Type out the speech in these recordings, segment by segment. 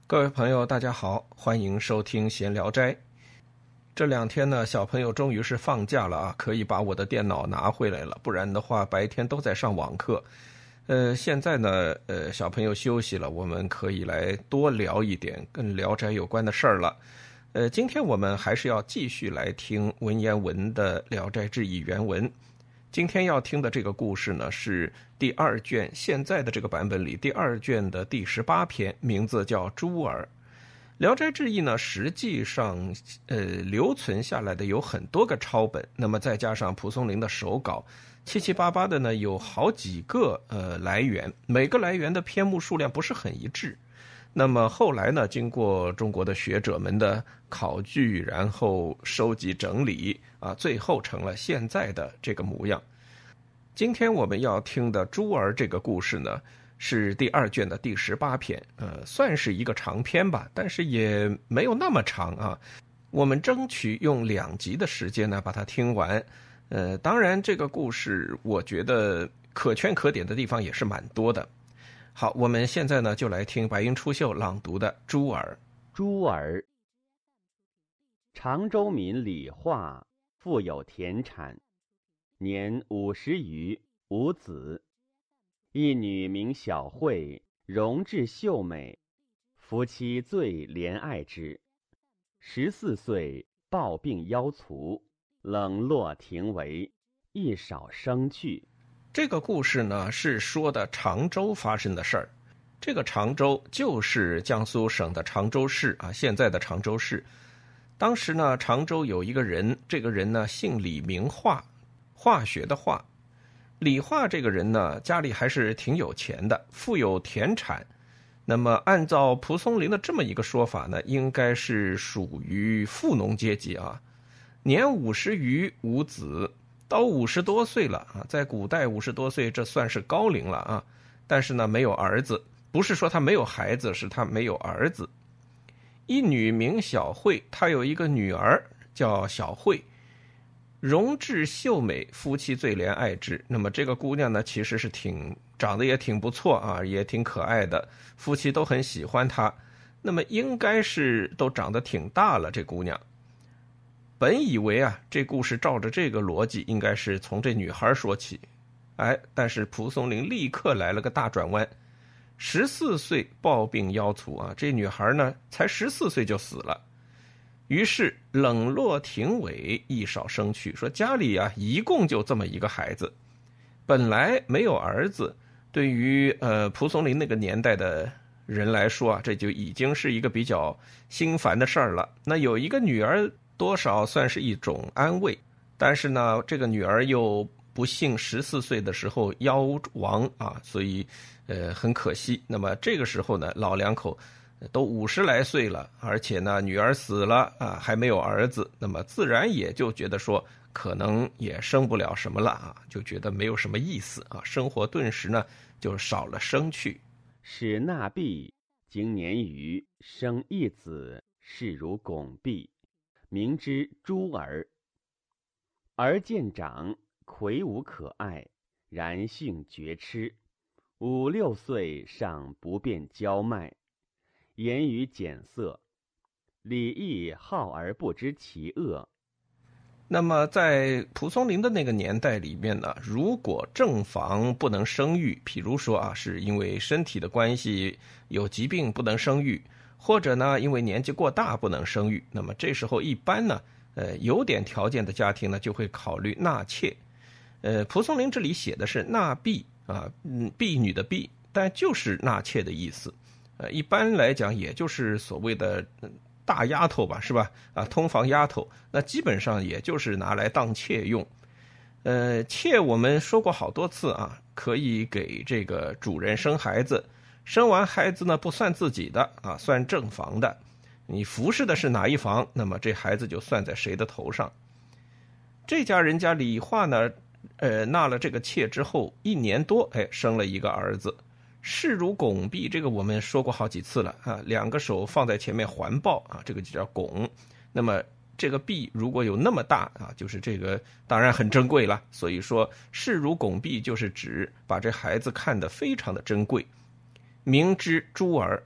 各位朋友大家好，欢迎收听闲聊斋。这2天呢，小朋友终于是放假了啊，可以把我的电脑拿回来了，不然的话白天都在上网课。现在呢，小朋友休息了，我们可以来多聊一点跟聊斋有关的事儿了。今天我们还是要继续来听文言文的《聊斋志异》原文。今天要听的这个故事呢，是第2卷，现在的这个版本里第2卷的第18篇，名字叫《珠儿》。《聊斋志异》呢，实际上留存下来的有很多个抄本，那么再加上蒲松龄的手稿，七七八八的呢有好几个来源，每个来源的篇目数量不是很一致。那么后来呢，经过中国的学者们的考据，然后收集整理啊，最后成了现在的这个模样。今天我们要听的珠儿这个故事呢，是第2卷的第18篇，算是一个长篇吧，但是也没有那么长啊。我们争取用2集的时间呢把它听完。当然这个故事我觉得可圈可点的地方也是蛮多的。好，我们现在呢就来听白云出岫朗读的《珠儿》。 珠儿，常州民李化，富有田产，年50余，无子。一女名小慧，容质秀美，夫妻最怜爱之。14岁，暴病夭卒，冷落庭为，亦少生去。 这个故事呢是说的常州发生的事儿。这个常州就是江苏省的常州市啊，现在的常州市。当时呢，常州有一个人，这个人呢姓李，名化，化学的化。李化这个人呢，家里还是挺有钱的，富有田产。那么按照蒲松龄的这么一个说法呢，应该是属于富农阶级啊。年50余，无子。到50多岁了啊，在古代50多岁这算是高龄了啊，但是呢没有儿子，不是说他没有孩子，是他没有儿子。一女名小慧，她有一个女儿叫小慧，容质秀美，夫妻最怜爱之。那么这个姑娘呢，其实是长得也挺不错啊，也挺可爱的，夫妻都很喜欢她。那么应该是都长得挺大了，这姑娘。本以为啊，这故事照着这个逻辑，应该是从这女孩说起，但是蒲松龄立刻来了个大转弯。14岁暴病夭卒啊，这女孩呢才14岁就死了。于是冷落庭委，亦少生去，说家里啊一共就这么一个孩子，本来没有儿子，对于蒲松龄那个年代的人来说啊，这就已经是一个比较心烦的事儿了。那有一个女儿，多少算是一种安慰，但是呢，这个女儿又不幸14岁的时候夭亡啊，所以很可惜。那么这个时候呢，老两口都50来岁了，而且呢女儿死了啊，还没有儿子，那么自然也就觉得说可能也生不了什么了啊，就觉得没有什么意思啊，生活顿时呢就少了生趣。 使纳婢经年余，生一子，视如拱璧，名之珠儿。儿见长，魁梧可爱，然性绝痴。5、6岁尚不便娇迈，言语简色，礼义好而不知其恶。 那么在蒲松龄的那个年代里面呢，如果正房不能生育，譬如说啊，是因为身体的关系有疾病不能生育，或者呢因为年纪过大不能生育，那么这时候一般呢有点条件的家庭呢就会考虑纳妾。蒲松龄这里写的是纳婢啊，婢女的婢，但就是纳妾的意思。一般来讲也就是所谓的大丫头吧，是吧？啊，通房丫头，那基本上也就是拿来当妾用。妾我们说过好多次啊，可以给这个主人生孩子，生完孩子呢不算自己的啊，算正房的。你服侍的是哪一房，那么这孩子就算在谁的头上。这家人家李化呢，纳了这个妾之后1年多，生了一个儿子。视如拱璧，这个我们说过好几次了啊，2个手放在前面环抱啊，这个就叫拱。那么这个璧如果有那么大啊，就是这个当然很珍贵了。所以说视如拱璧就是指把这孩子看得非常的珍贵。名之珠儿，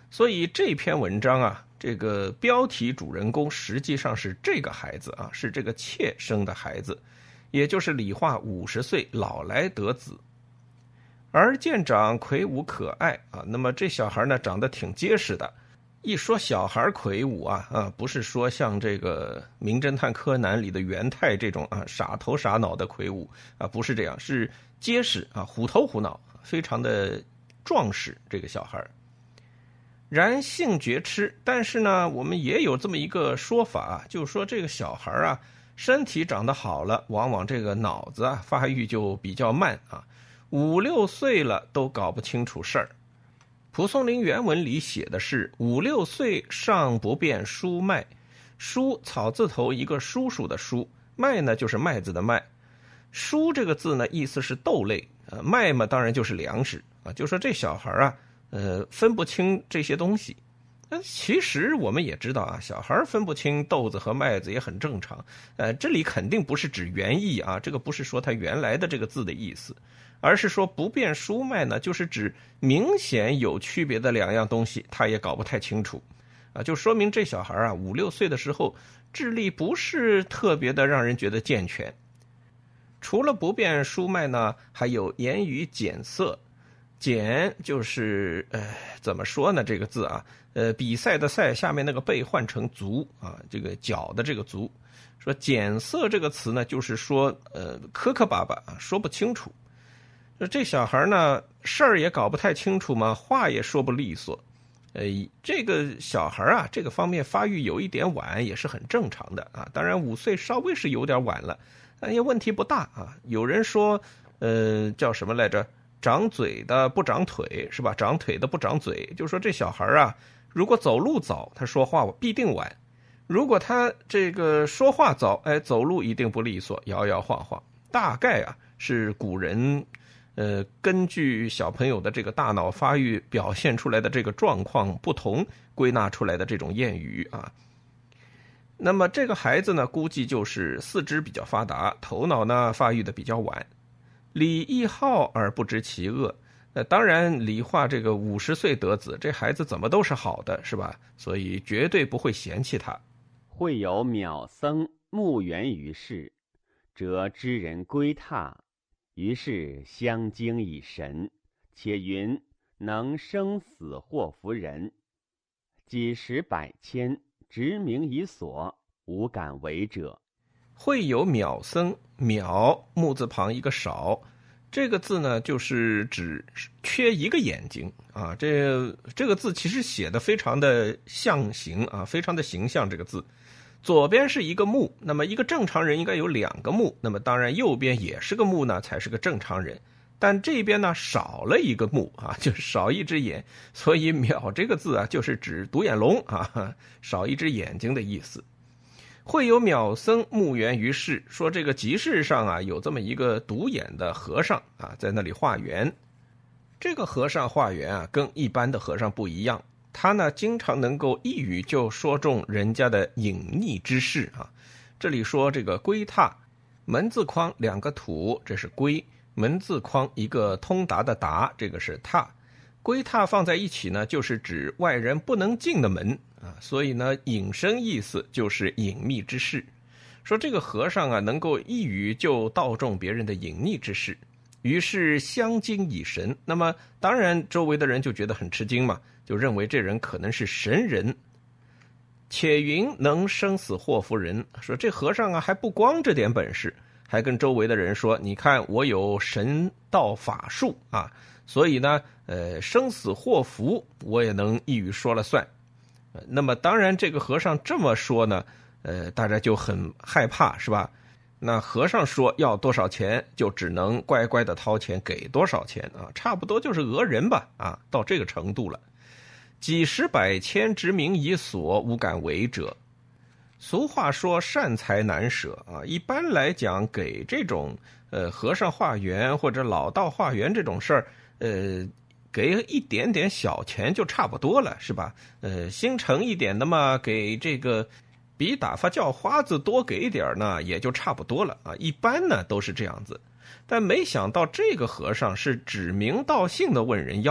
所以这篇文章啊，这个标题主人公实际上是这个孩子啊，是这个妾生的孩子，也就是理化50岁老来得子。而见长魁梧可爱啊，那么这小孩呢长得挺结实的。一说小孩魁梧啊，不是说像这个名侦探柯南里的元太这种啊傻头傻脑的魁梧啊，不是这样，是结实啊，虎头虎脑，非常的壮实这个小孩。然性绝痴，但是呢，我们也有这么一个说法，就是说这个小孩啊，身体长得好了，往往这个脑子啊发育就比较慢啊，5、6岁了都搞不清楚事儿。蒲松龄原文里写的是5、6岁尚不辨书麦，书草字头一个叔叔的叔，麦呢就是麦子的麦。书这个字呢意思是豆类，麦嘛当然就是粮食啊。就说这小孩啊，分不清这些东西。其实我们也知道啊，小孩分不清豆子和麦子也很正常。这里肯定不是指原意啊，这个不是说它原来的这个字的意思，而是说不辨书麦呢，就是指明显有区别的两样东西，他也搞不太清楚啊，就说明这小孩啊5、6岁的时候智力不是特别的让人觉得健全。除了不辨书麦呢，还有言语简色。简就是怎么说呢？这个字啊，比赛的赛下面那个被换成足啊，这个脚的这个足。说简色这个词呢，就是说磕磕巴巴啊，说不清楚。这小孩呢，事儿也搞不太清楚嘛，话也说不利索。这个小孩啊，这个方面发育有一点晚也是很正常的啊。当然5岁稍微是有点晚了，但也问题不大啊。有人说，叫什么来着？长嘴的不长腿是吧？长腿的不长嘴，就说这小孩啊，如果走路早，他说话必定晚；如果他这个说话早，走路一定不利索，摇摇晃晃。大概啊是古人根据小朋友的这个大脑发育表现出来的这个状况不同，归纳出来的这种谚语啊。那么这个孩子呢，估计就是四肢比较发达，头脑呢发育的比较晚。理易好而不知其恶，当然理化这个50岁得子，这孩子怎么都是好的，是吧？所以绝对不会嫌弃他。 会有渺僧慕园于世，则知人归榻，于是相惊以神，且云能生死祸福人，几十百千，执名以所，无敢为者。 会有渺僧，渺木字旁一个少，这个字呢就是指缺一个眼睛啊。这个字其实写的非常的象形啊，非常的形象。这个字左边是一个目，那么一个正常人应该有2个目，那么当然右边也是个目呢，才是个正常人。但这边呢少了一个目啊，就是少一只眼，所以渺这个字啊就是指独眼龙啊，少一只眼睛的意思。会有渺僧慕园于世，说这个集市上啊有这么一个独眼的和尚啊，在那里化缘。这个和尚化缘啊，跟一般的和尚不一样，他呢经常能够一语就说中人家的隐匿之事啊。这里说这个归榻，门字框2个土，这是归；门字框一个通达的达，这个是榻。归榻放在一起呢，就是指外人不能进的门啊，所以呢，引申意思就是隐秘之事。说这个和尚啊，能够一语就道中别人的隐匿之事，于是相惊以神。那么当然，周围的人就觉得很吃惊嘛，就认为这人可能是神人。且云能生死祸福人，说这和尚啊，还不光这点本事，还跟周围的人说，你看我有神道法术啊。所以呢，生死祸福我也能一语说了算。那么当然，这个和尚这么说呢，大家就很害怕，是吧？那和尚说要多少钱，就只能乖乖的掏钱给多少钱啊，差不多就是讹人吧啊，到这个程度了。几十百千，执名以所，无敢为者。俗话说善财难舍啊，一般来讲给这种和尚化缘或者老道化缘这种事儿，给一点点小钱就差不多了，是吧？心诚一点的嘛，给这个比打发叫花子多给点呢，也就差不多了啊。一般呢都是这样子，但没想到这个和尚是指名道姓的问人要，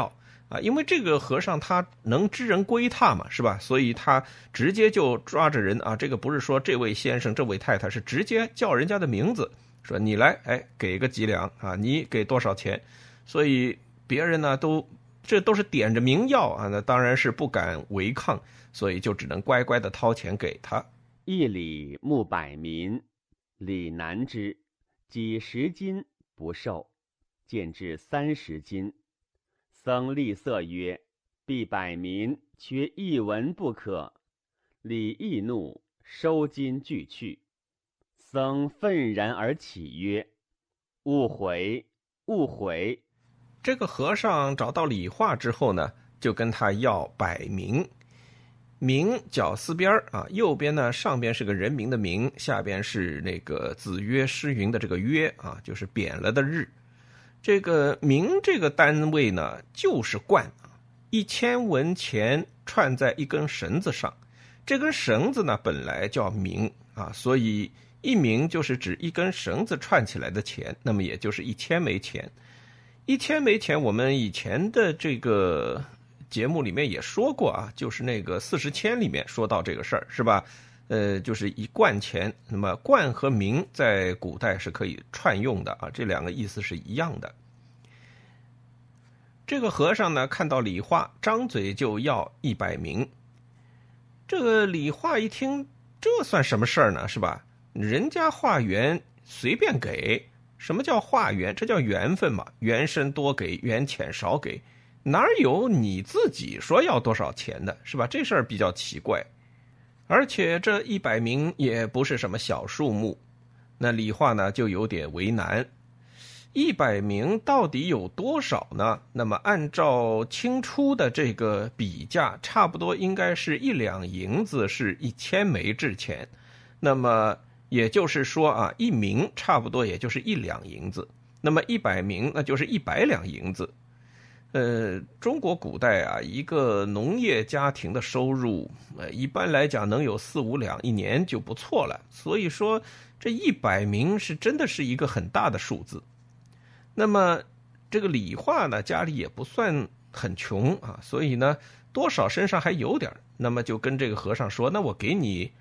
啊，因为这个和尚他能知人归榻嘛，是吧？所以他直接就抓着人啊，这个不是说这位先生、这位太太，是直接叫人家的名字，说你来，哎，给个几两啊，你给多少钱？所以别人呢这都是点着名要啊，那当然是不敢违抗，所以就只能乖乖的掏钱给他。 一里募百民，礼难之，几10斤不受，见至30斤。僧厉色曰：必百民，缺一文不可。礼易怒，收金俱去。僧愤然而起曰：勿悔，勿悔。 这个和尚找到理化之后呢，就跟他要100名。名绞丝边啊，右边呢上边是个人名的名，下边是那个子曰诗云的这个曰啊，就是扁了的日。这个名这个单位呢就是贯，1000文钱串在一根绳子上，这根绳子呢本来叫名啊，所以一名就是指一根绳子串起来的钱，那么也就是1000枚钱。1000枚钱我们以前的这个节目里面也说过啊，就是那个40签里面说到这个事儿，是吧？就是一贯钱，那么贯和名在古代是可以串用的啊，这两个意思是一样的。这个和尚呢，看到理化，张嘴就要100名。这个理化一听，这算什么事儿呢？是吧？人家化缘随便给，什么叫化缘？这叫缘分嘛，缘深多给，缘浅少给，哪有你自己说要多少钱的，是吧？这事儿比较奇怪。而且这100名也不是什么小数目，那理化呢就有点为难。100名到底有多少呢？那么按照清初的这个比价，差不多应该是1两银子是1000枚制钱，那么也就是说啊，1名差不多也就是1两银子，那么100名那就是100两银子。中国古代啊，一个农业家庭的收入，一般来讲能有4、5两一年就不错了。所以说，这100名是真的是一个很大的数字。那么这个理化呢，家里也不算很穷啊，所以呢，多少身上还有点，那么就跟这个和尚说，那我给你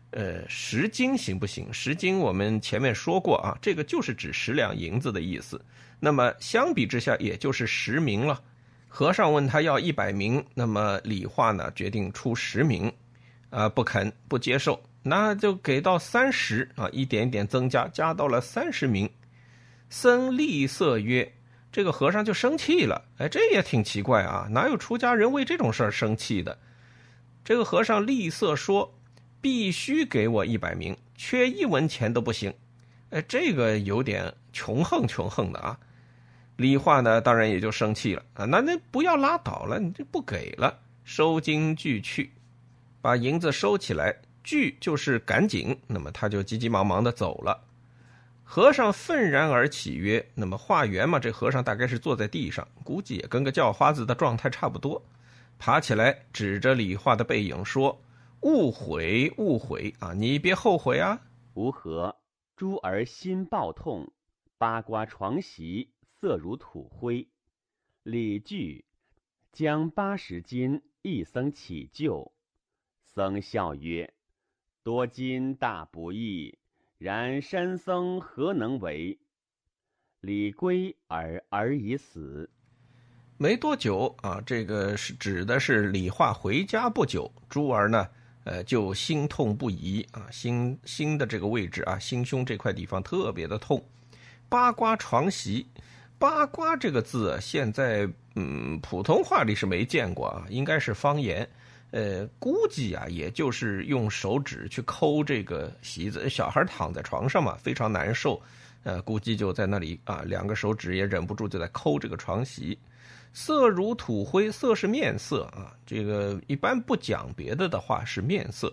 10斤行不行？10斤我们前面说过啊，这个就是指10两银子的意思。那么相比之下，也就是10名了。和尚问他要100名，那么理化呢决定出10名，不肯不接受，那就给到30啊，一点一点增加，加到了30名。僧厉色曰，这个和尚就生气了，哎，这也挺奇怪啊，哪有出家人为这种事儿生气的？这个和尚厉色说，必须给我100名，缺1文钱都不行。哎，这个有点穷横的啊。理化呢，当然也就生气了啊，那不要拉倒了，你这不给了，收金俱去，把银子收起来，俱就是赶紧，那么他就急急忙忙的走了。和尚愤然而起曰，那么化缘嘛，这和尚大概是坐在地上，估计也跟个叫花子的状态差不多，爬起来指着理化的背影说，勿悔勿悔啊，你别后悔啊。 吾何诸儿心暴痛，八卦床席，色如土灰。理具将80斤一僧起救。僧笑曰，多金大不易，然山僧何能为？理归而儿已死。 没多久啊，这个是指的是理化回家不久，珠儿呢就心痛不已啊，心的这个位置啊，心胸这块地方特别的痛。八卦床席，八卦这个字现在普通话里是没见过啊，应该是方言。估计啊，也就是用手指去抠这个席子，小孩躺在床上嘛，非常难受，估计就在那里啊，2个手指也忍不住就在抠这个床席。色如土灰，色是面色啊，这个一般不讲别的的话是面色。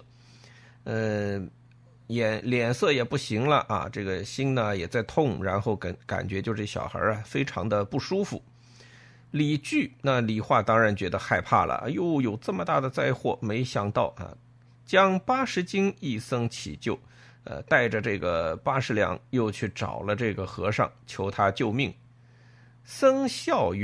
脸色也不行了啊，这个心呢也在痛，然后感觉就这小孩啊非常的不舒服。理具，那理化当然觉得害怕了，哎呦，有这么大的灾祸，没想到啊，将80斤一僧起救，带着这个80两又去找了这个和尚，求他救命。僧笑曰，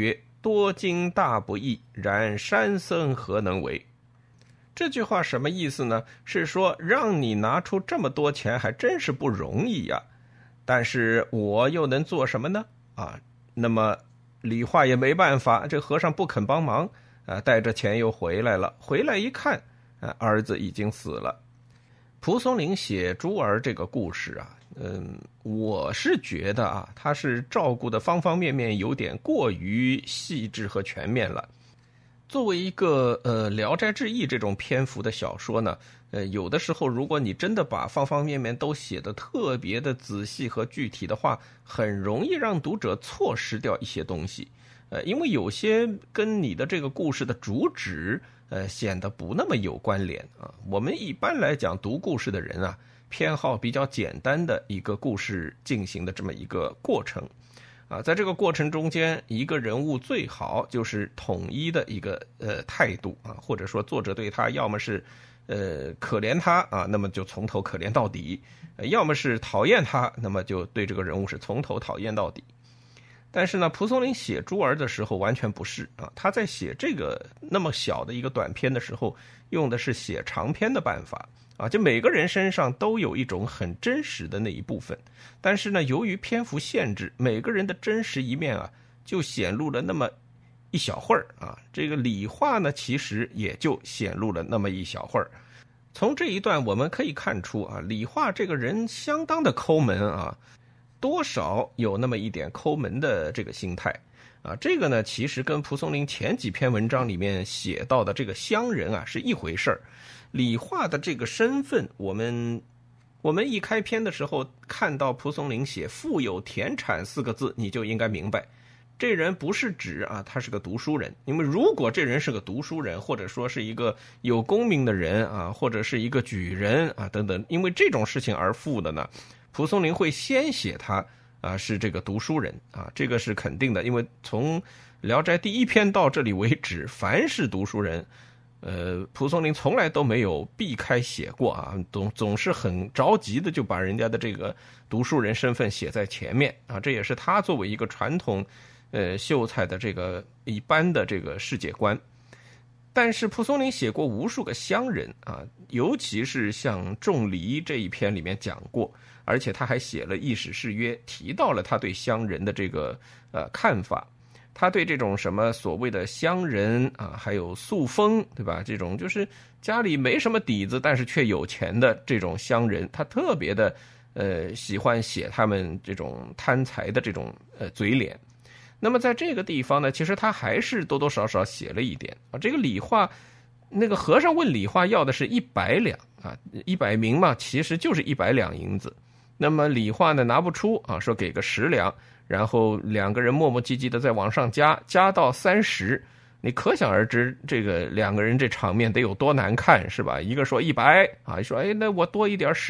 多金大不易，然山僧何能为？”这句话什么意思呢？是说让你拿出这么多钱还真是不容易呀，但是我又能做什么呢？那么李化也没办法，这和尚不肯帮忙，带着钱又回来了。回来一看，儿子已经死了。蒲松龄写珠儿这个故事啊，我是觉得他是照顾的方方面面有点过于细致和全面了。作为一个聊斋志异这种篇幅的小说呢，有的时候如果你真的把方方面面都写得特别的仔细和具体的话，很容易让读者错失掉一些东西。因为有些跟你的这个故事的主旨显得不那么有关联啊。我们一般来讲读故事的人啊，偏好比较简单的一个故事进行的这么一个过程。在这个过程中间，一个人物最好就是统一的一个态度啊，或者说作者对他要么是可怜他那么就从头可怜到底，要么是讨厌他，那么就对这个人物是从头讨厌到底。但是呢，蒲松龄写珠儿的时候完全不是他在写这个那么小的一个短篇的时候，用的是写长篇的办法就每个人身上都有一种很真实的那一部分，但是呢，由于篇幅限制，每个人的真实一面就显露了那么一小会儿这个李化呢，其实也就显露了那么一小会儿。从这一段我们可以看出李化这个人相当的抠门多少有那么一点抠门的这个心态这个呢，其实跟蒲松龄前几篇文章里面写到的这个乡人是一回事儿。李化的这个身份，我们一开篇的时候看到蒲松龄写富有田产4个字，你就应该明白，这人不是指他是个读书人。因为如果这人是个读书人，或者说是一个有功名的人或者是一个举人等等，因为这种事情而富的呢，蒲松龄会先写他是这个读书人这个是肯定的。因为从《聊斋》第1篇到这里为止，凡是读书人蒲松龄从来都没有避开写过总是很着急的就把人家的这个读书人身份写在前面这也是他作为一个传统秀才的这个一般的这个世界观。但是蒲松龄写过无数个乡人尤其是像仲离这一篇里面讲过，而且他还写了《异史誓约》，提到了他对乡人的这个看法。他对这种什么所谓的乡人还有素风，对吧？这种就是家里没什么底子，但是却有钱的这种乡人，他特别的喜欢写他们这种贪财的这种嘴脸。那么在这个地方呢，其实他还是多多少少写了一点这个李化，那个和尚问李化要的是100两100名嘛，其实就是100两银子。那么李化呢拿不出说给个10两，然后2个人磨磨唧唧的再往上加到30，你可想而知这个2个人这场面得有多难看，是吧？一个说100说那我多一点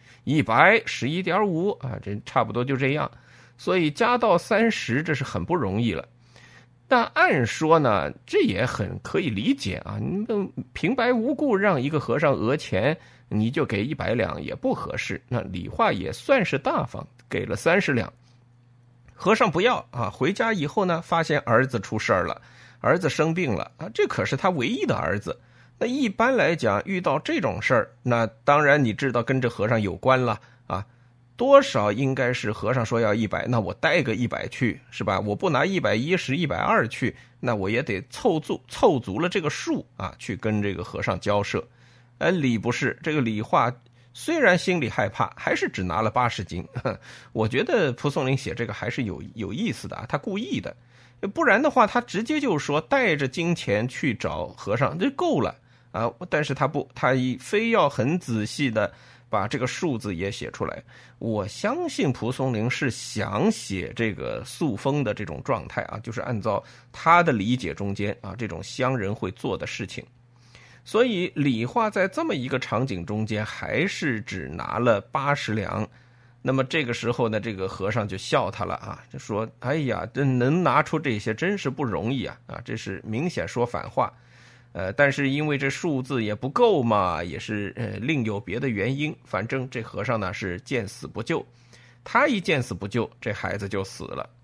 11，100，11.5这差不多就这样。所以加到30，这是很不容易了。但按说呢，这也很可以理解你平白无故让一个和尚讹钱，你就给100两也不合适。那李化也算是大方，给了30两。和尚不要回家以后呢，发现儿子出事儿了，儿子生病了这可是他唯一的儿子。那一般来讲，遇到这种事儿，那当然你知道跟这和尚有关了多少应该是和尚说要100，那我带个100去，是吧？我不拿110、120去，那我也得凑足了这个数去跟这个和尚交涉。李不是，这个李化虽然心里害怕，还是只拿了80斤。我觉得蒲松龄写这个还是有意思的他故意的，不然的话他直接就说带着金钱去找和尚这够了但是他不，他非要很仔细的把这个数字也写出来。我相信蒲松龄是想写这个素风的这种状态就是按照他的理解中间这种乡人会做的事情。所以李化在这么一个场景中间还是只拿了80两。那么这个时候呢，这个和尚就笑他了就说哎呀，这能拿出这些真是不容易这是明显说反话。但是因为这数字也不够嘛，也是另有别的原因，反正这和尚呢是见死不救。他一见死不救，这孩子就死了。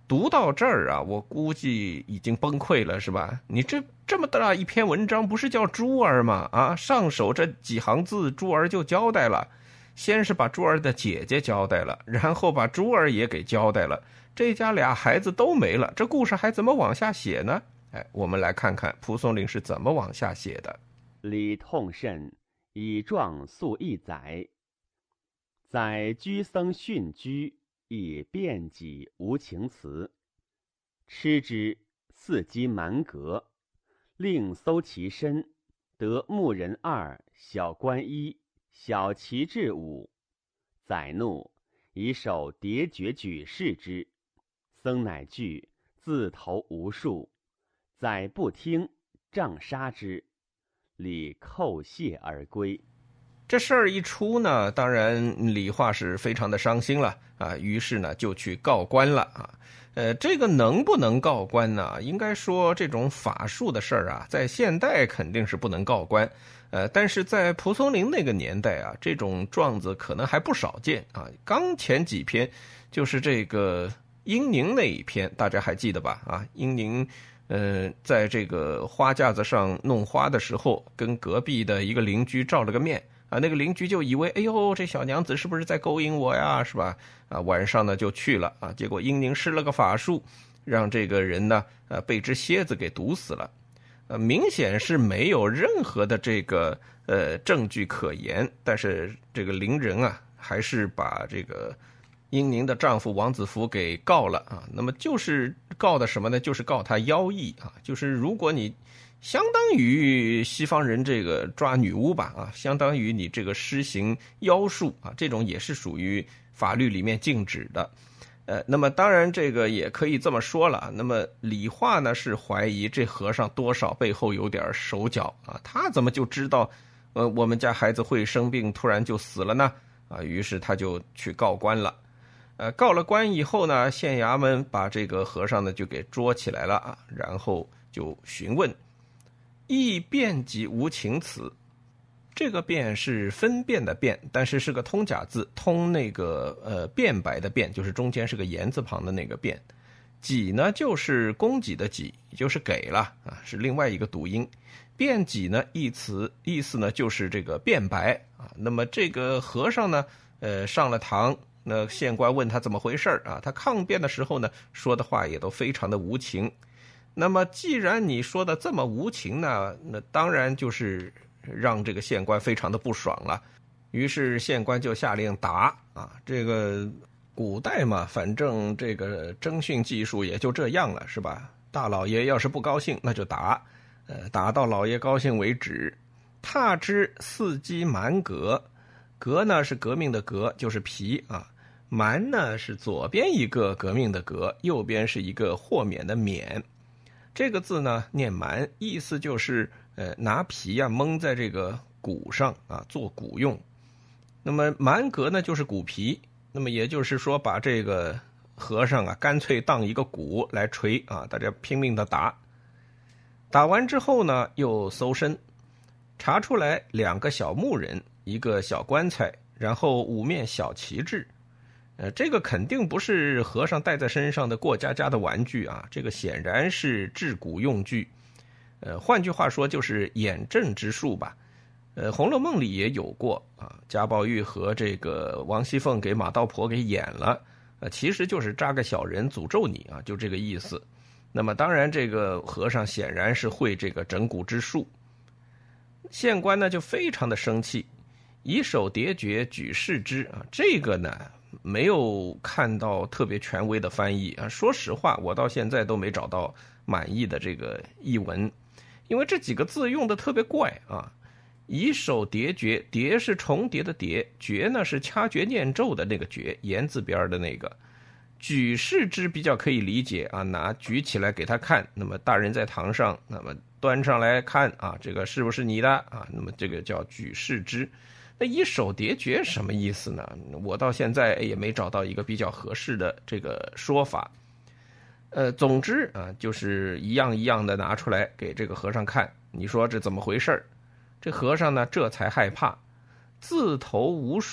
读到这儿啊，我估计已经崩溃了，是吧？你这么大一篇文章，不是叫珠儿吗？啊，上手这几行字，珠儿就交代了。先是把珠儿的姐姐交代了，然后把珠儿也给交代了。这家俩孩子都没了，这故事还怎么往下写呢？我们来看看蒲松龄是怎么往下写的。 李痛甚，以状诉一载。载居僧训居，以辩己无情辞。吃之，伺机蛮革，令搜其身，得牧人2，小官1，小旗帜5。载怒，以手叠绝举事之。僧乃惧，自投无数。载不听，杖杀之。李叩谢而归。 这事儿一出呢，当然李化是非常的伤心了啊，于是呢就去告官了啊。这个能不能告官呢？应该说这种法术的事儿啊，在现代肯定是不能告官，但是在蒲松龄那个年代啊，这种状子可能还不少见啊。刚前几篇就是这个英宁那一篇，大家还记得吧？啊，英宁在这个花架子上弄花的时候，跟隔壁的一个邻居照了个面。那个邻居就以为，哎呦，这小娘子是不是在勾引我呀，是吧？晚上呢就去了啊，结果英宁施了个法术，让这个人呢，被只蝎子给毒死了。明显是没有任何的这个证据可言，但是这个邻人啊，还是把这个英宁的丈夫王子服给告了啊。那么就是告的什么呢？就是告他妖异啊，就是如果你相当于西方人这个抓女巫吧啊，相当于你这个施行妖术啊，这种也是属于法律里面禁止的。那么当然这个也可以这么说了。那么李化呢是怀疑这和尚多少背后有点手脚啊，他怎么就知道我们家孩子会生病突然就死了呢？啊，于是他就去告官了。告了官以后呢，县衙门把这个和尚呢就给捉起来了啊，然后就询问。亦辩己无情辞，这个辩是分辨的辩，但是是个通假字，通那个辩白的辩，就是中间是个言字旁的那个辩。己呢就是供给的给，也就是给了啊，是另外一个读音。辩己呢意思呢就是这个辩白啊。那么这个和尚呢上了堂，那县官问他怎么回事啊，他抗辩的时候呢说的话也都非常的无情。那么既然你说的这么无情呢，那当然就是让这个县官非常的不爽了。于是县官就下令打啊。这个古代嘛，反正这个征讯技术也就这样了，是吧？大老爷要是不高兴，那就打，打到老爷高兴为止。踏之伺机蛮革，革呢是革命的革，就是皮啊。蛮呢是左边一个革命的革，右边是一个豁免的免。这个字呢念蛮，意思就是拿皮啊蒙在这个骨上啊做骨用。那么蛮革呢就是骨皮，那么也就是说把这个和尚啊干脆当一个鼓来锤啊，大家拼命的打。打完之后呢又搜身，查出来2个小木人，一个小棺材，然后5面小旗帜。这个肯定不是和尚带在身上的过家家的玩具啊，这个显然是治蛊用具。换句话说就是眼阵之术吧。《红楼梦》里也有过啊，贾宝玉和这个王熙凤给马道婆给演了，其实就是扎个小人诅咒你啊，就这个意思。那么当然这个和尚显然是会这个整蛊之术。县官呢就非常的生气，以手叠绝举事之啊，这个呢没有看到特别权威的翻译啊。说实话，我到现在都没找到满意的这个译文，因为这几个字用的特别怪啊。以手叠绝，叠是重叠的叠，绝呢是掐诀念咒的那个诀，言字边的那个。举事之比较可以理解啊，拿举起来给他看，那么大人在堂上，那么端上来看啊，这个是不是你的啊？那么这个叫举事之。那以手叠绝什么意思呢？我到现在也没找到一个比较合适的这个说法。总之啊，就是一样一样的拿出来给这个和尚看，你说这怎么回事？这和尚呢这才害怕，自投无术，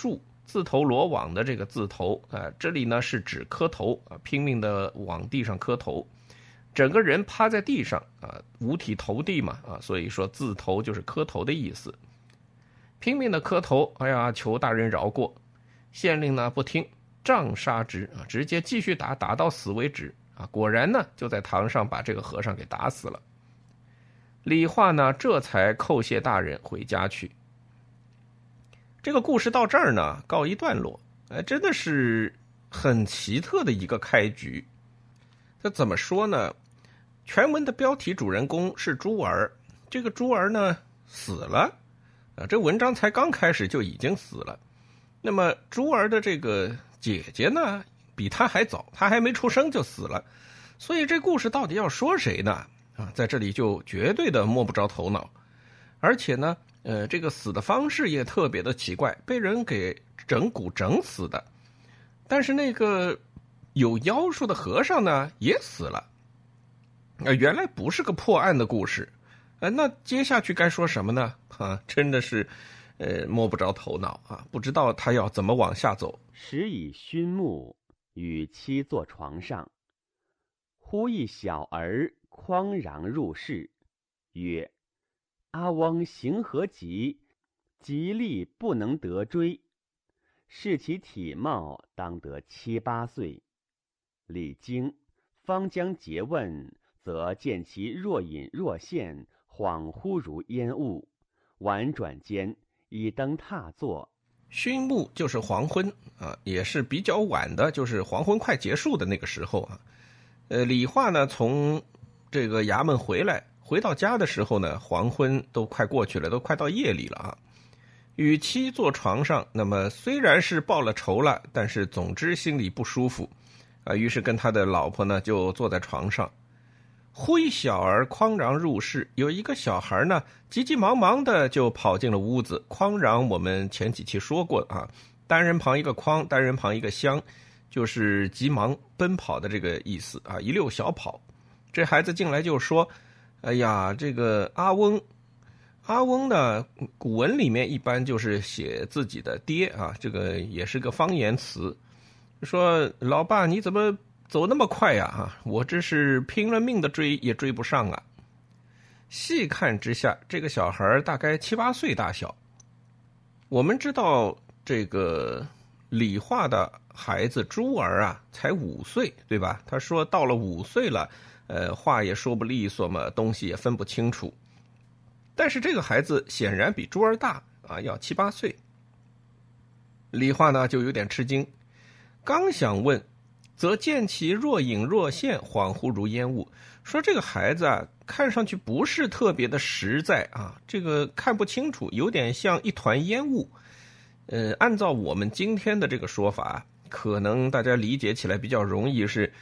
自投罗网的这个自投这里呢是指磕头拼命的往地上磕头，整个人趴在地上五体投地嘛所以说自投就是磕头的意思，拼命的磕头，哎呀，求大人饶过。县令呢不听，杖杀之直接继续打，打到死为止果然呢就在堂上把这个和尚给打死了。李化呢这才叩谢大人回家去。这个故事到这儿呢告一段落，真的是很奇特的一个开局。这怎么说呢？全文的标题主人公是珠儿，这个珠儿呢死了这文章才刚开始就已经死了。那么珠儿的这个姐姐呢比她还早，她还没出生就死了，所以这故事到底要说谁呢在这里就绝对的摸不着头脑。而且呢这个死的方式也特别的奇怪，被人给整蛊整死的。但是那个有妖术的和尚呢也死了原来不是个破案的故事那接下去该说什么呢真的是摸不着头脑不知道他要怎么往下走。 时以熏木与妻坐床上，忽一小儿匡嚷入室，曰：阿翁行何急？极力不能得追。视其体貌，当得7、8岁。李经方将诘问，则见其若隐若现，恍惚如烟雾。婉转间，已登榻坐。 熏沐就是黄昏也是比较晚的，就是黄昏快结束的那个时候李化呢从这个衙门回到家的时候呢，黄昏都快过去了，都快到夜里了与妻坐床上，那么虽然是报了仇了，但是总之心里不舒服于是跟他的老婆呢就坐在床上。忽一小儿匡嚷入室，有一个小孩呢急急忙忙的就跑进了屋子。匡嚷我们前几期说过单人旁一个匡，单人旁一个香，就是急忙奔跑的这个意思一溜小跑。这孩子进来就说：哎呀，这个阿翁呢古文里面一般就是写自己的爹这个也是个方言词，说老爸你怎么走那么快呀我这是拼了命的追也追不上细看之下，这个小孩大概7、8岁大小。我们知道这个李化的孩子珠儿才5岁，对吧？他说到了5岁了话也说不利索嘛，东西也分不清楚。但是这个孩子显然比珠儿大要7、8岁。李化呢就有点吃惊，刚想问，则见其若隐若现，恍惚如烟雾。说这个孩子看上去不是特别的实在这个看不清楚，有点像一团烟雾。按照我们今天的这个说法，可能大家理解起来比较容易是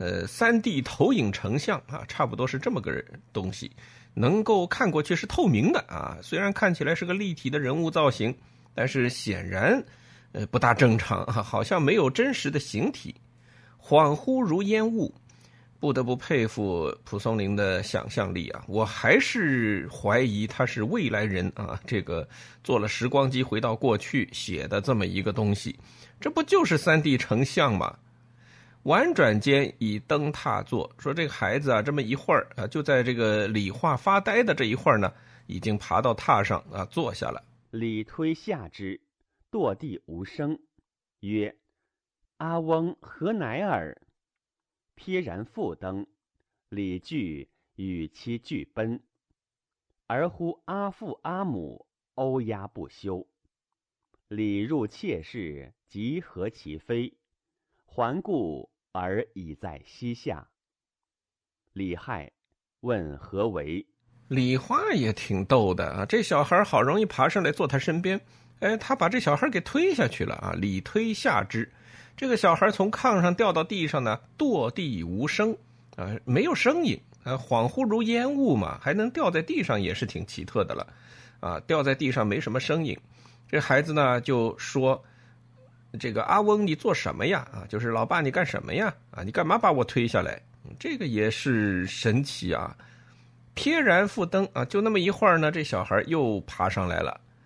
3D 投影成像差不多是这么个东西，能够看过去是透明的虽然看起来是个立体的人物造型，但是显然不大正常好像没有真实的形体。恍惚如烟雾，不得不佩服蒲松龄的想象力我还是怀疑他是未来人这个做了时光机回到过去写的这么一个东西，这不就是 3D 成像吗？婉转间已登榻坐，说这个孩子这么一会儿就在这个李化发呆的这一会儿呢，已经爬到榻上坐下了。 李推下之，堕地无声，曰：阿翁何乃尔？瞥然复登，李具与其俱奔，而乎阿父阿母欧鸦不休。李入妾室，即合其妃，环顾而已在膝下。李害，问何为？ 李化也挺逗的这小孩好容易爬上来坐他身边，他把这小孩给推下去了李推下之，这个小孩从炕上掉到地上呢，堕地无声没有声音恍惚如烟雾嘛，还能掉在地上也是挺奇特的了掉在地上没什么声音。这孩子呢就说：这个阿翁你做什么呀就是老爸你干什么呀你干嘛把我推下来？这个也是神奇瞥然复登就那么一会儿呢，这小孩又爬上来了。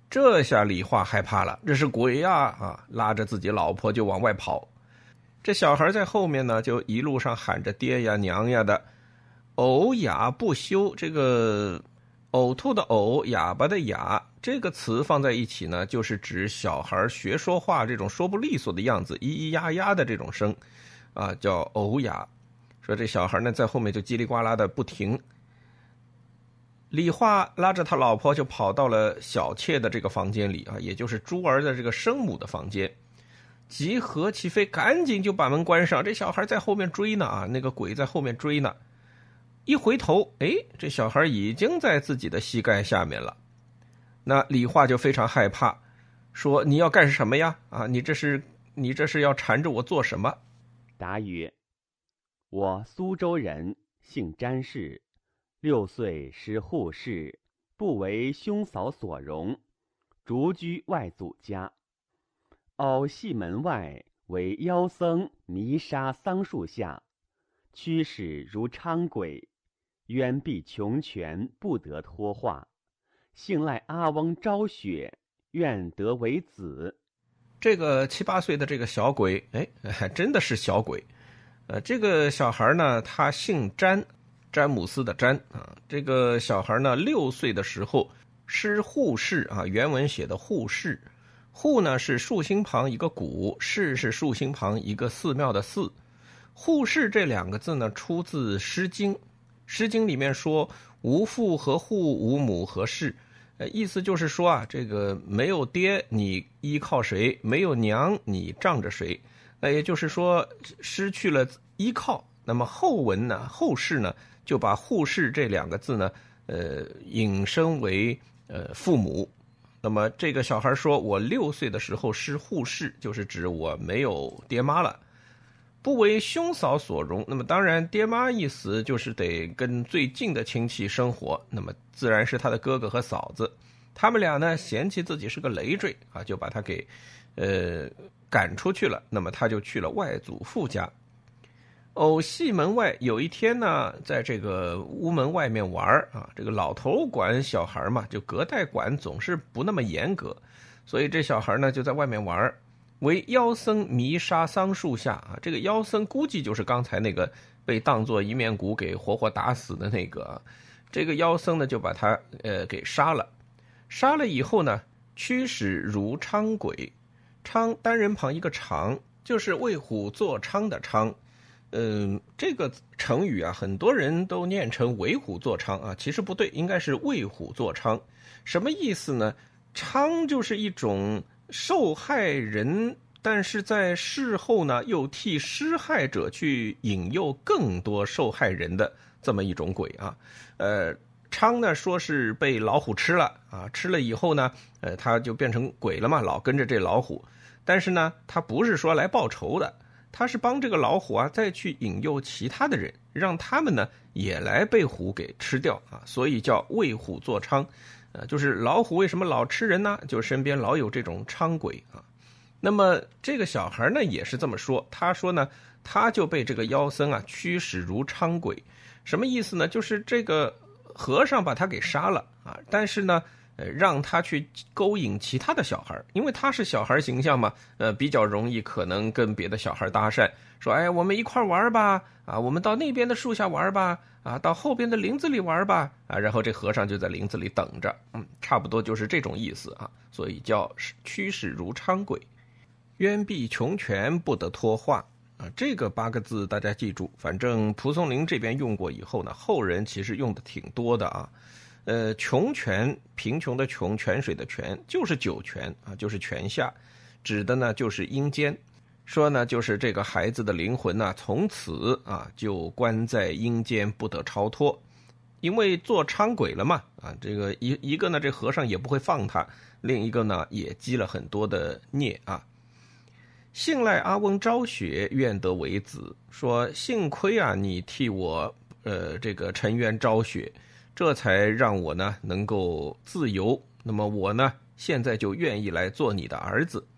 这下李化害怕了，这是鬼呀！拉着自己老婆就往外跑。这小孩在后面呢，就一路上喊着爹呀娘呀的，呕哑不休。这个呕吐的呕，哑巴的哑，这个词放在一起呢，就是指小孩学说话这种说不利索的样子，咿咿呀呀的这种声啊，叫呕哑。说这小孩呢在后面就叽里呱啦的不停。李化拉着他老婆就跑到了小妾的这个房间里啊，也就是珠儿的这个生母的房间。急合其飞，赶紧就把门关上。这小孩在后面追呢啊，那个鬼在后面追呢。一回头，这小孩已经在自己的膝盖下面了。那李化就非常害怕，说：“你要干什么呀？啊，你这是要缠着我做什么？” 答曰：“我苏州人，姓詹氏，6岁失户氏，不为兄嫂所容，逐居外祖家。偶系门外，为妖僧迷杀桑树下，驱使如伥鬼，冤必穷泉，不得脱化。幸赖阿翁昭雪，愿得为子。” 这个7、8岁的这个小鬼，还真的是小鬼。这个小孩呢，他姓詹，詹姆斯的詹啊。这个小孩呢，6岁的时候失户氏啊，原文写的户氏。户呢是竖心旁一个古，氏是竖心旁一个寺庙的寺。户氏这2个字呢，出自《诗经》。《诗经》里面说：“无父何户，无母何氏。”意思就是说啊，这个没有爹，你依靠谁？没有娘，你仗着谁？那也就是说，失去了依靠。那么后文呢，后世呢，就把户氏这2个字呢，引申为父母。那么这个小孩说：“我6岁的时候失户氏，就是指我没有爹妈了。不为兄嫂所容。”那么当然，爹妈一死就是得跟最近的亲戚生活，那么自然是他的哥哥和嫂子。他们俩呢嫌弃自己是个累赘啊，就把他给赶出去了。那么他就去了外祖父家。偶系门外，有一天呢，在这个屋门外面玩啊，这个老头管小孩嘛，就隔代管总是不那么严格，所以这小孩呢就在外面玩。为妖僧迷杀桑树下啊，这个妖僧估计就是刚才那个被当作一面鼓给活活打死的那个。这个妖僧呢就把他给杀了。杀了以后呢，驱使如伥鬼，伥单人旁一个长，就是为虎作伥的伥。这个成语啊，很多人都念成为虎作伥啊，其实不对，应该是为虎作伥。什么意思呢？伥就是一种受害人，但是在事后呢，又替施害者去引诱更多受害人的这么一种鬼啊。伥呢说是被老虎吃了啊，吃了以后呢，他就变成鬼了嘛，老跟着这老虎。但是呢，他不是说来报仇的，他是帮这个老虎啊，再去引诱其他的人，让他们呢也来被虎给吃掉啊，所以叫为虎作伥。就是老虎为什么老吃人呢？就身边老有这种伥鬼啊。那么这个小孩呢也是这么说，他说呢，他就被这个妖僧啊驱使如伥鬼。什么意思呢？就是这个和尚把他给杀了啊，但是呢让他去勾引其他的小孩，因为他是小孩形象嘛，比较容易可能跟别的小孩搭讪，说我们一块玩吧，啊，我们到那边的树下玩吧，啊，到后边的林子里玩吧，啊，然后这和尚就在林子里等着，差不多就是这种意思啊，所以叫驱使如伥鬼，冤必穷泉，不得脱化。啊，这个8个字大家记住，反正蒲松龄这边用过以后呢，后人其实用的挺多的啊。穷泉，贫穷的穷，泉水的泉，就是九泉啊，就是泉下，指的呢就是阴间。说呢就是这个孩子的灵魂呢，从此啊就关在阴间不得超脱，因为做伥鬼了嘛啊，这个一个呢这和尚也不会放他，另一个呢也积了很多的孽啊。幸赖阿翁昭雪，愿得为子，说幸亏啊你替我这个沉冤昭雪，这才让我呢能够自由，那么我呢现在就愿意来做你的儿子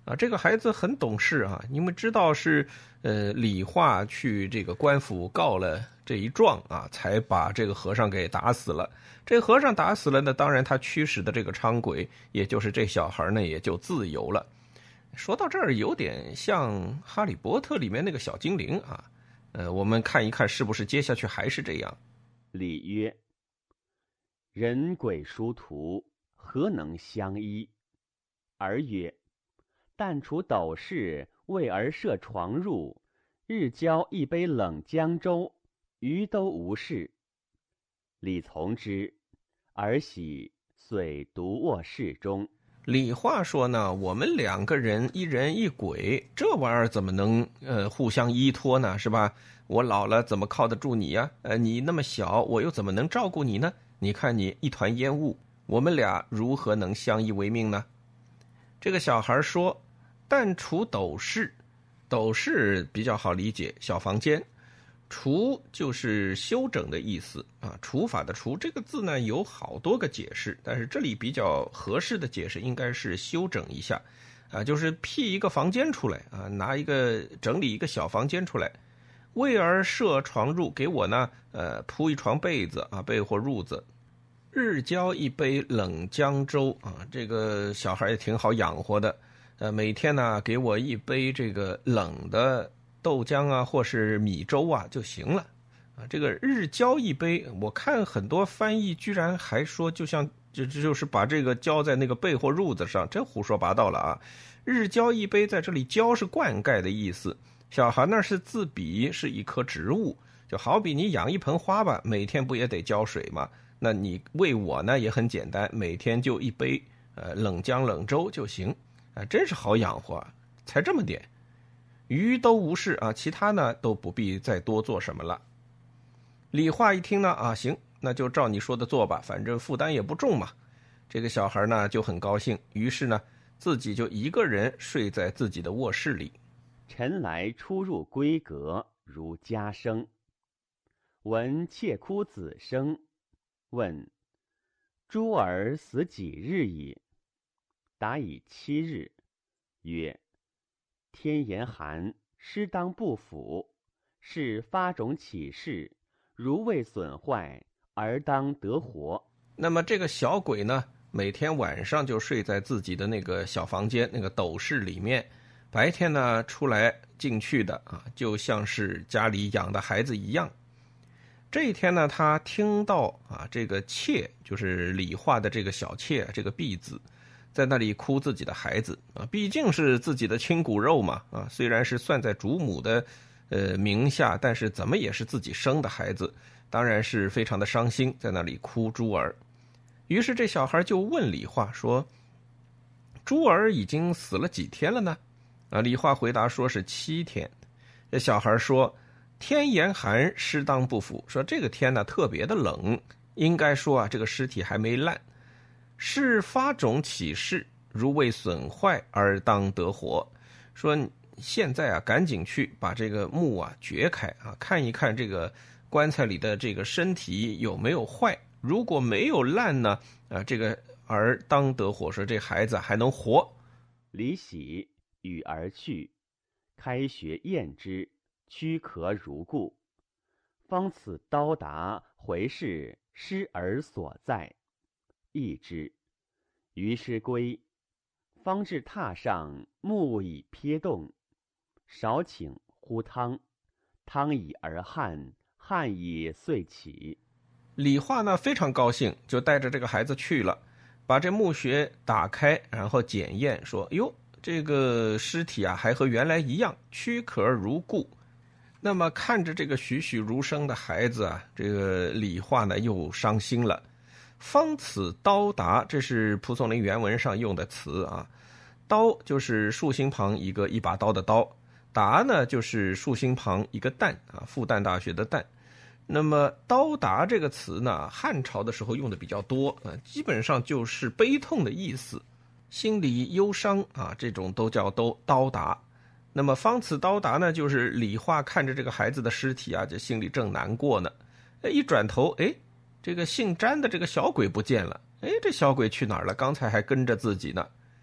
啊，这个孩子很懂事啊，你们知道是李化去这个官府告了这一状啊，才把这个和尚给打死了。这个和尚打死了呢，当然他驱使的这个伥鬼，也就是这小孩呢，也就自由了。说到这儿，有点像《哈利波特》里面那个小精灵啊。我们看一看是不是接下去还是这样。 礼曰：人鬼殊途，何能相依？儿曰：但除斗室，为儿设床褥，日浇一杯冷江粥，余都无事。李从之，儿喜，遂独卧室中。 李化说呢，我们2个人一人一鬼，这玩意儿怎么能互相依托呢？是吧？我老了怎么靠得住你呀？你那么小，我又怎么能照顾你呢？你看你一团烟雾，我们俩如何能相依为命呢？这个小孩说，但除斗室，斗室比较好理解，小房间。除就是修整的意思啊，除法的除这个字呢有好多个解释，但是这里比较合适的解释应该是修整一下啊，就是辟一个房间出来啊，整理一个小房间出来，为儿设床褥，给我呢铺一床被子啊，被或褥子，日浇一杯冷江粥啊，这个小孩也挺好养活的，每天呢给我一杯这个冷的豆浆啊，或是米粥啊就行了啊。这个日浇一杯，我看很多翻译居然还说就是把这个浇在那个被或褥子上，这胡说八道了啊！日浇一杯在这里浇是灌溉的意思，小孩那是自比是一棵植物，就好比你养一盆花吧，每天不也得浇水吗？那你喂我呢也很简单，每天就一杯冷浆冷粥就行啊，真是好养活啊，才这么点。余都无事啊，其他呢都不必再多做什么了。李化一听呢啊，行，那就照你说的做吧，反正负担也不重嘛。这个小孩呢就很高兴，于是呢自己就一个人睡在自己的卧室里。 晨来出入闺阁，如家声。闻妾哭子声，问：诸儿死几日矣？答以7日。曰：天严寒，湿当不腐，是发种起事，如未损坏，而当得活。 那么这个小鬼呢，每天晚上就睡在自己的那个小房间那个斗室里面，白天呢出来进去的啊，就像是家里养的孩子一样。这一天呢，他听到啊，这个妾就是李化的这个小妾，这个婢子，在那里哭自己的孩子啊，毕竟是自己的亲骨肉嘛啊，虽然是算在主母的名下，但是怎么也是自己生的孩子，当然是非常的伤心，在那里哭珠儿。于是这小孩就问李化说：珠儿已经死了几天了呢？啊，李化回答说是7天。这小孩说：天严寒，湿当不腐，说这个天呢特别的冷，应该说啊这个尸体还没烂。是发种起事，如未损坏而当得活。说现在啊，赶紧去把这个木啊掘开啊，看一看这个棺材里的这个身体有没有坏。如果没有烂呢，这个儿当得活，说这孩子还能活。 李喜与而去，开学验之，躯壳如故。方此刀达回视失而所在，易之。于是归，方至榻上，木已撇动，少请呼汤，汤已而汗，汗已遂起。 李化呢非常高兴，就带着这个孩子去了，把这墓穴打开，然后检验，说：哟，这个尸体啊还和原来一样，躯壳如故。那么看着这个栩栩如生的孩子啊，这个李化呢又伤心了。方此刀达，这是蒲松龄原文上用的词啊。刀就是竖心旁一个一把刀的刀，达呢就是竖心旁一个旦啊，复旦大学的旦。那么刀达这个词呢，汉朝的时候用的比较多啊，基本上就是悲痛的意思，心里忧伤啊，这种都叫刀达。那么方此刀达呢，就是李化看着这个孩子的尸体啊，就心里正难过呢，一转头，这个姓詹的这个小鬼不见了，这小鬼去哪儿了？刚才还跟着自己呢。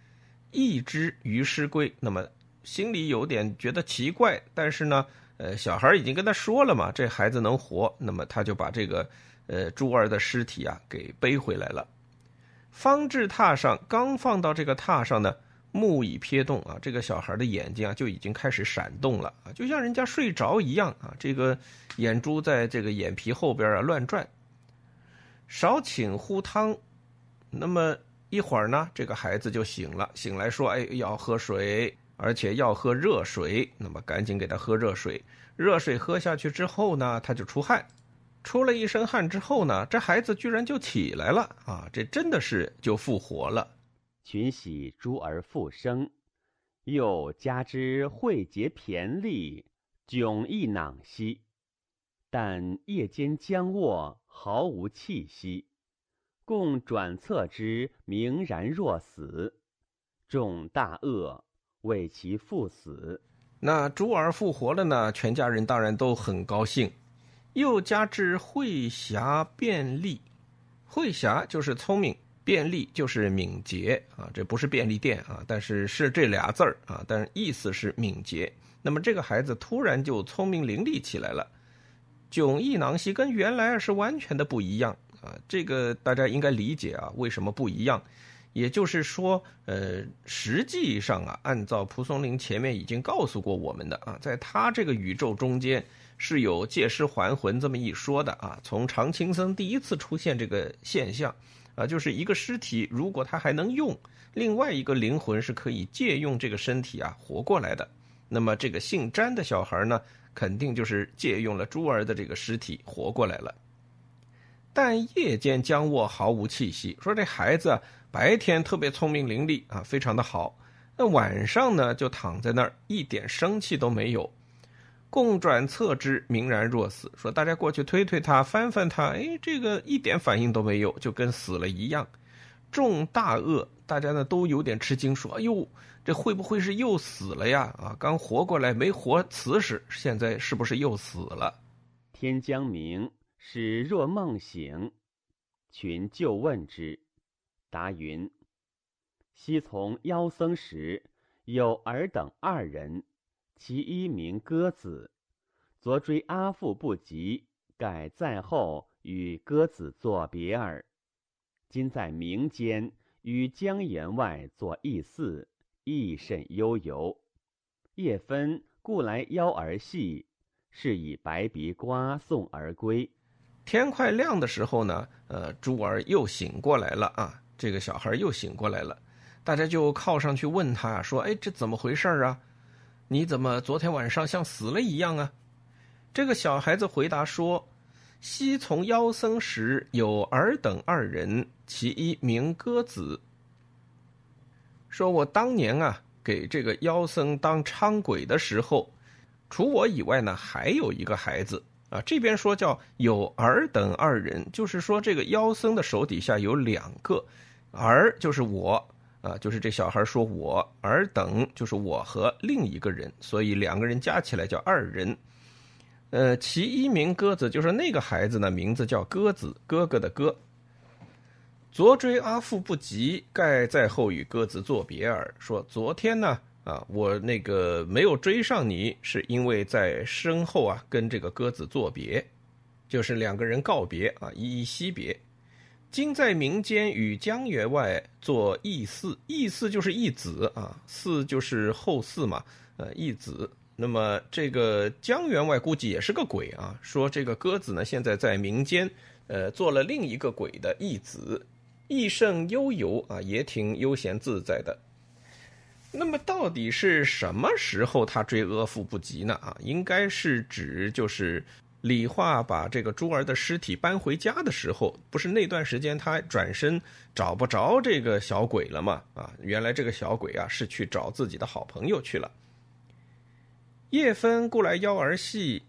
忆之于师归，那么心里有点觉得奇怪，但是呢，小孩已经跟他说了嘛，这孩子能活，那么他就把这个猪儿的尸体啊给背回来了。方至榻上，刚放到这个榻上呢，目已瞥动啊，这个小孩的眼睛啊就已经开始闪动了啊，就像人家睡着一样啊，这个眼珠在这个眼皮后边啊乱转。少请呼汤，那么一会儿呢，这个孩子就醒了，醒来说：“哎，要喝水，而且要喝热水。”那么赶紧给他喝热水。热水喝下去之后呢，他就出汗，出了一身汗之后呢，这孩子居然就起来了啊！这真的是就复活了。 群喜诸儿复生，又加之会结骈俪，迥异囊兮。但夜间将卧，毫无气息，共转侧之，明然若死。众大愕，谓其父死。 那猪儿复活了呢，全家人当然都很高兴。又加之慧侠便利，慧侠就是聪明，便利就是敏捷啊，这不是便利店啊，但是是这俩字儿啊，但是意思是敏捷。那么这个孩子突然就聪明伶俐起来了。迥异囊兮，跟原来是完全的不一样啊！这个大家应该理解啊，为什么不一样？也就是说，实际上啊，按照蒲松龄前面已经告诉过我们的啊，在他这个宇宙中间是有借尸还魂这么一说的啊。从常青僧第一次出现这个现象啊，就是一个尸体如果他还能用，另外一个灵魂是可以借用这个身体啊活过来的。那么这个姓詹的小孩呢，肯定就是借用了猪儿的这个尸体活过来了。但夜间将卧，毫无气息，说这孩子白天特别聪明伶俐啊，非常的好，那晚上呢就躺在那儿，一点生气都没有。共转侧之，明然若死，说大家过去推推他，翻翻他，哎，这个一点反应都没有，就跟死了一样。众大愕，大家呢都有点吃惊，说：“哎呦，这会不会是又死了呀？啊，刚活过来没活瓷实，现在是不是又死了？” 天将明，始若梦醒。群就问之，答云：“昔从妖僧时，有尔等2人，其一名鸽子，昨追阿父不及，改在后与鸽子作别耳。今在明间与江员外作异寺，亦甚悠游。夜分故来邀儿戏，是以白鼻瓜送而归。” 天快亮的时候呢，猪儿又醒过来了啊，这个小孩又醒过来了，大家就靠上去问他说：“哎，这怎么回事啊？你怎么昨天晚上像死了一样啊？”这个小孩子回答说：“昔从妖僧时，有尔等2人，其一名鸽子。”说我当年啊，给这个妖僧当伥鬼的时候，除我以外呢，还有一个孩子啊。这边说叫有尔等2人，就是说这个妖僧的手底下有2个，儿就是我啊，就是这小孩说我，尔等就是我和另一个人，所以2个人加起来叫2人。其一名鸽子，就是那个孩子呢，名字叫鸽子，哥哥的哥。昨追阿父不及，盖在后与鸽子作别耳。说昨天呢，我那个没有追上你，是因为在身后啊跟这个鸽子作别，就是2个人告别啊，依依惜别。今在民间与江员外作异寺，异寺就是义子啊，寺就是后嗣嘛，义子。那么这个江员外估计也是个鬼啊，说这个鸽子呢现在在民间，做了另一个鬼的义子，亦甚悠游啊，也挺悠闲自在的。那么到底是什么时候他追阿父不及呢？啊，应该是指就是李化把这个猪儿的尸体搬回家的时候，不是那段时间他转身找不着这个小鬼了吗？啊，原来这个小鬼啊是去找自己的好朋友去了。夜分故来邀儿戏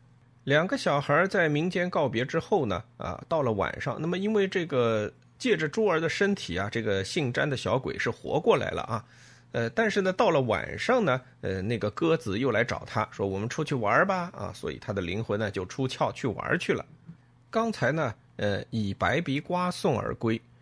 ，2个小孩在民间告别之后呢，到了晚上，那么因为这个借着猪儿的身体啊，这个姓詹的小鬼是活过来了啊，但是呢，到了晚上呢，那个鸽子又来找他说：“我们出去玩吧！”啊，所以他的灵魂呢就出窍去玩去了。刚才呢，以白鼻瓜送而归，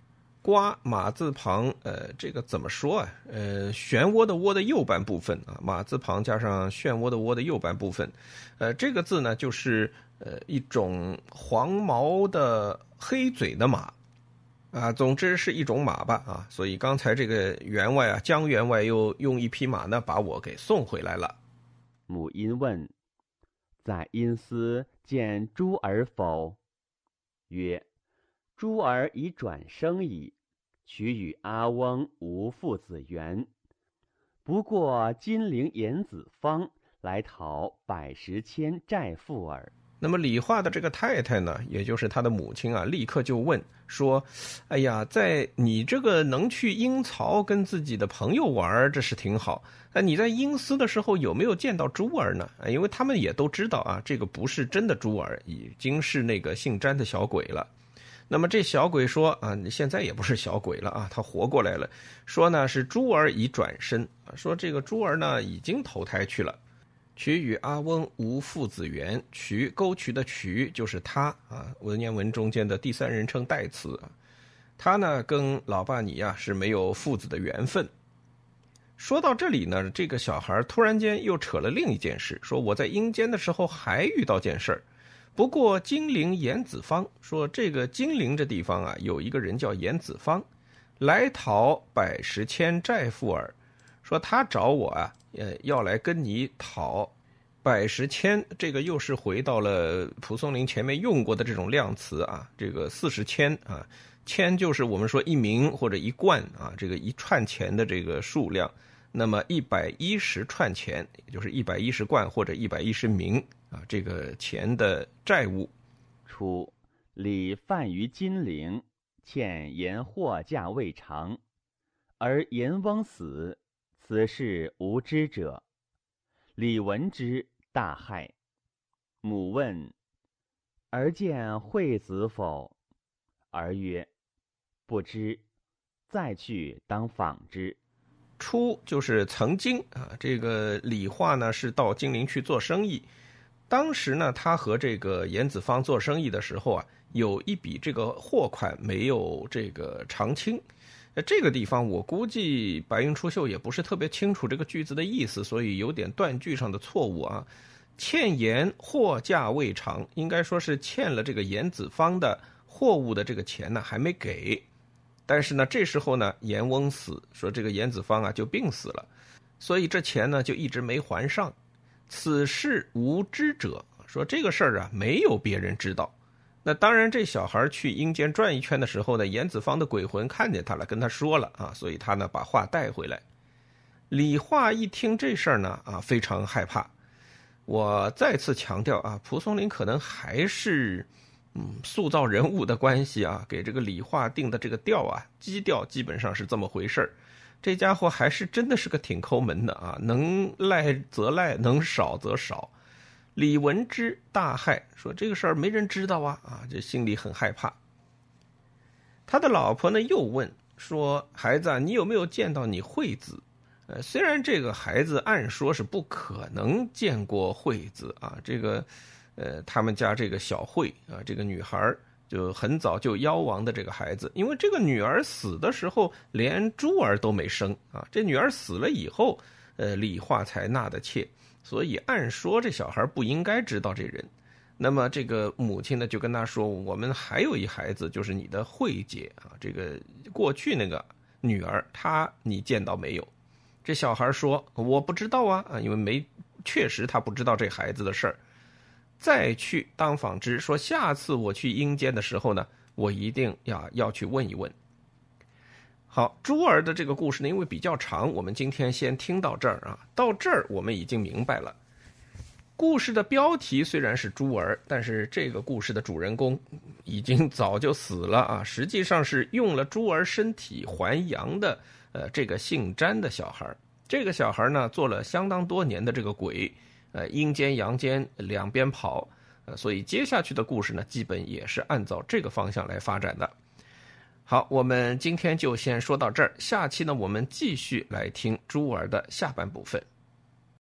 瓜马字旁，这个怎么说啊？漩涡的涡的右半部分啊，马字旁加上漩涡的涡的右半部分，这个字呢就是一种黄毛的黑嘴的马啊，总之是一种马吧啊。所以刚才这个员外啊，江员外又用一匹马呢把我给送回来了。 母因问：在因司见诸儿否？曰：诸儿已转生矣，取与阿翁无父子缘。不过金陵严子方来讨100-10千债付耳。 那么李化的这个太太呢，也就是他的母亲啊，立刻就问说：哎呀，在你这个能去阴曹跟自己的朋友玩，这是挺好。你在阴司的时候有没有见到珠儿呢？因为他们也都知道啊，这个不是真的珠儿，已经是那个姓詹的小鬼了。那么这小鬼说啊，你现在也不是小鬼了啊，他活过来了。说呢是珠儿已转身，说这个珠儿呢已经投胎去了。渠与阿翁无父子缘，渠沟渠的渠就是他啊，文言文中间的第三人称代词啊。他呢跟老爸你啊是没有父子的缘分。说到这里呢，这个小孩突然间又扯了另一件事，说我在阴间的时候还遇到件事儿。不过金陵严子方，说这个金陵这地方啊，有一个人叫严子方，来讨100-10千债付耳。说他找我啊，要来跟你讨100-10千，这个又是回到了蒲松龄前面用过的这种量词啊，这个40千啊，千就是我们说一名或者一贯啊，这个一串钱的这个数量。那么110串钱，也就是110贯或者110名啊，这个钱的债务。 初，李犯于金陵，欠盐货价未偿，而阎翁死，此事无知者。李闻之，大骇。母问：儿见惠子否？儿曰：不知，再去当访之。 初就是曾经啊，这个李化呢是到金陵去做生意。当时呢，他和这个严子方做生意的时候啊，有一笔这个货款没有这个偿清。这个地方我估计白云出岫也不是特别清楚这个句子的意思，所以有点断句上的错误啊。欠盐货价未偿，应该说是欠了这个严子方的货物的这个钱呢还没给。但是呢，这时候呢，阎翁死，说这个严子方啊就病死了，所以这钱呢就一直没还上。此事无知者，说这个事儿啊没有别人知道。那当然，这小孩去阴间转一圈的时候呢，严子方的鬼魂看见他了，跟他说了啊，所以他呢把话带回来。李化一听这事儿呢啊，非常害怕。我再次强调啊，蒲松龄可能还是塑造人物的关系啊，给这个李化定的这个调啊，基调基本上是这么回事儿。这家伙还是真的是个挺抠门的啊，能赖则赖，能少则少。李闻之，大骇，说这个事儿没人知道啊，这心里很害怕。他的老婆呢又问说：孩子啊，你有没有见到你惠子？虽然这个孩子按说是不可能见过惠子啊，这个他们家这个小惠啊，这个女孩就很早就夭亡的这个孩子，因为这个女儿死的时候连珠儿都没生啊，这女儿死了以后，李化才纳的妾，所以按说这小孩不应该知道这人。那么这个母亲呢就跟他说，我们还有一孩子，就是你的惠姐啊，这个过去那个女儿，她你见到没有？这小孩说我不知道啊，因为确实他不知道这孩子的事儿。再去当访之，说下次我去阴间的时候呢，我一定要去问一问。好，珠儿的这个故事呢，因为比较长，我们今天先听到这儿啊。到这儿我们已经明白了，故事的标题虽然是珠儿，但是这个故事的主人公已经早就死了啊，实际上是用了珠儿身体还阳的这个姓詹的小孩。这个小孩呢做了相当多年的这个鬼，阴间阳间两边跑，所以接下去的故事呢基本也是按照这个方向来发展的。好，我们今天就先说到这儿，下期呢我们继续来听珠儿的下半部分。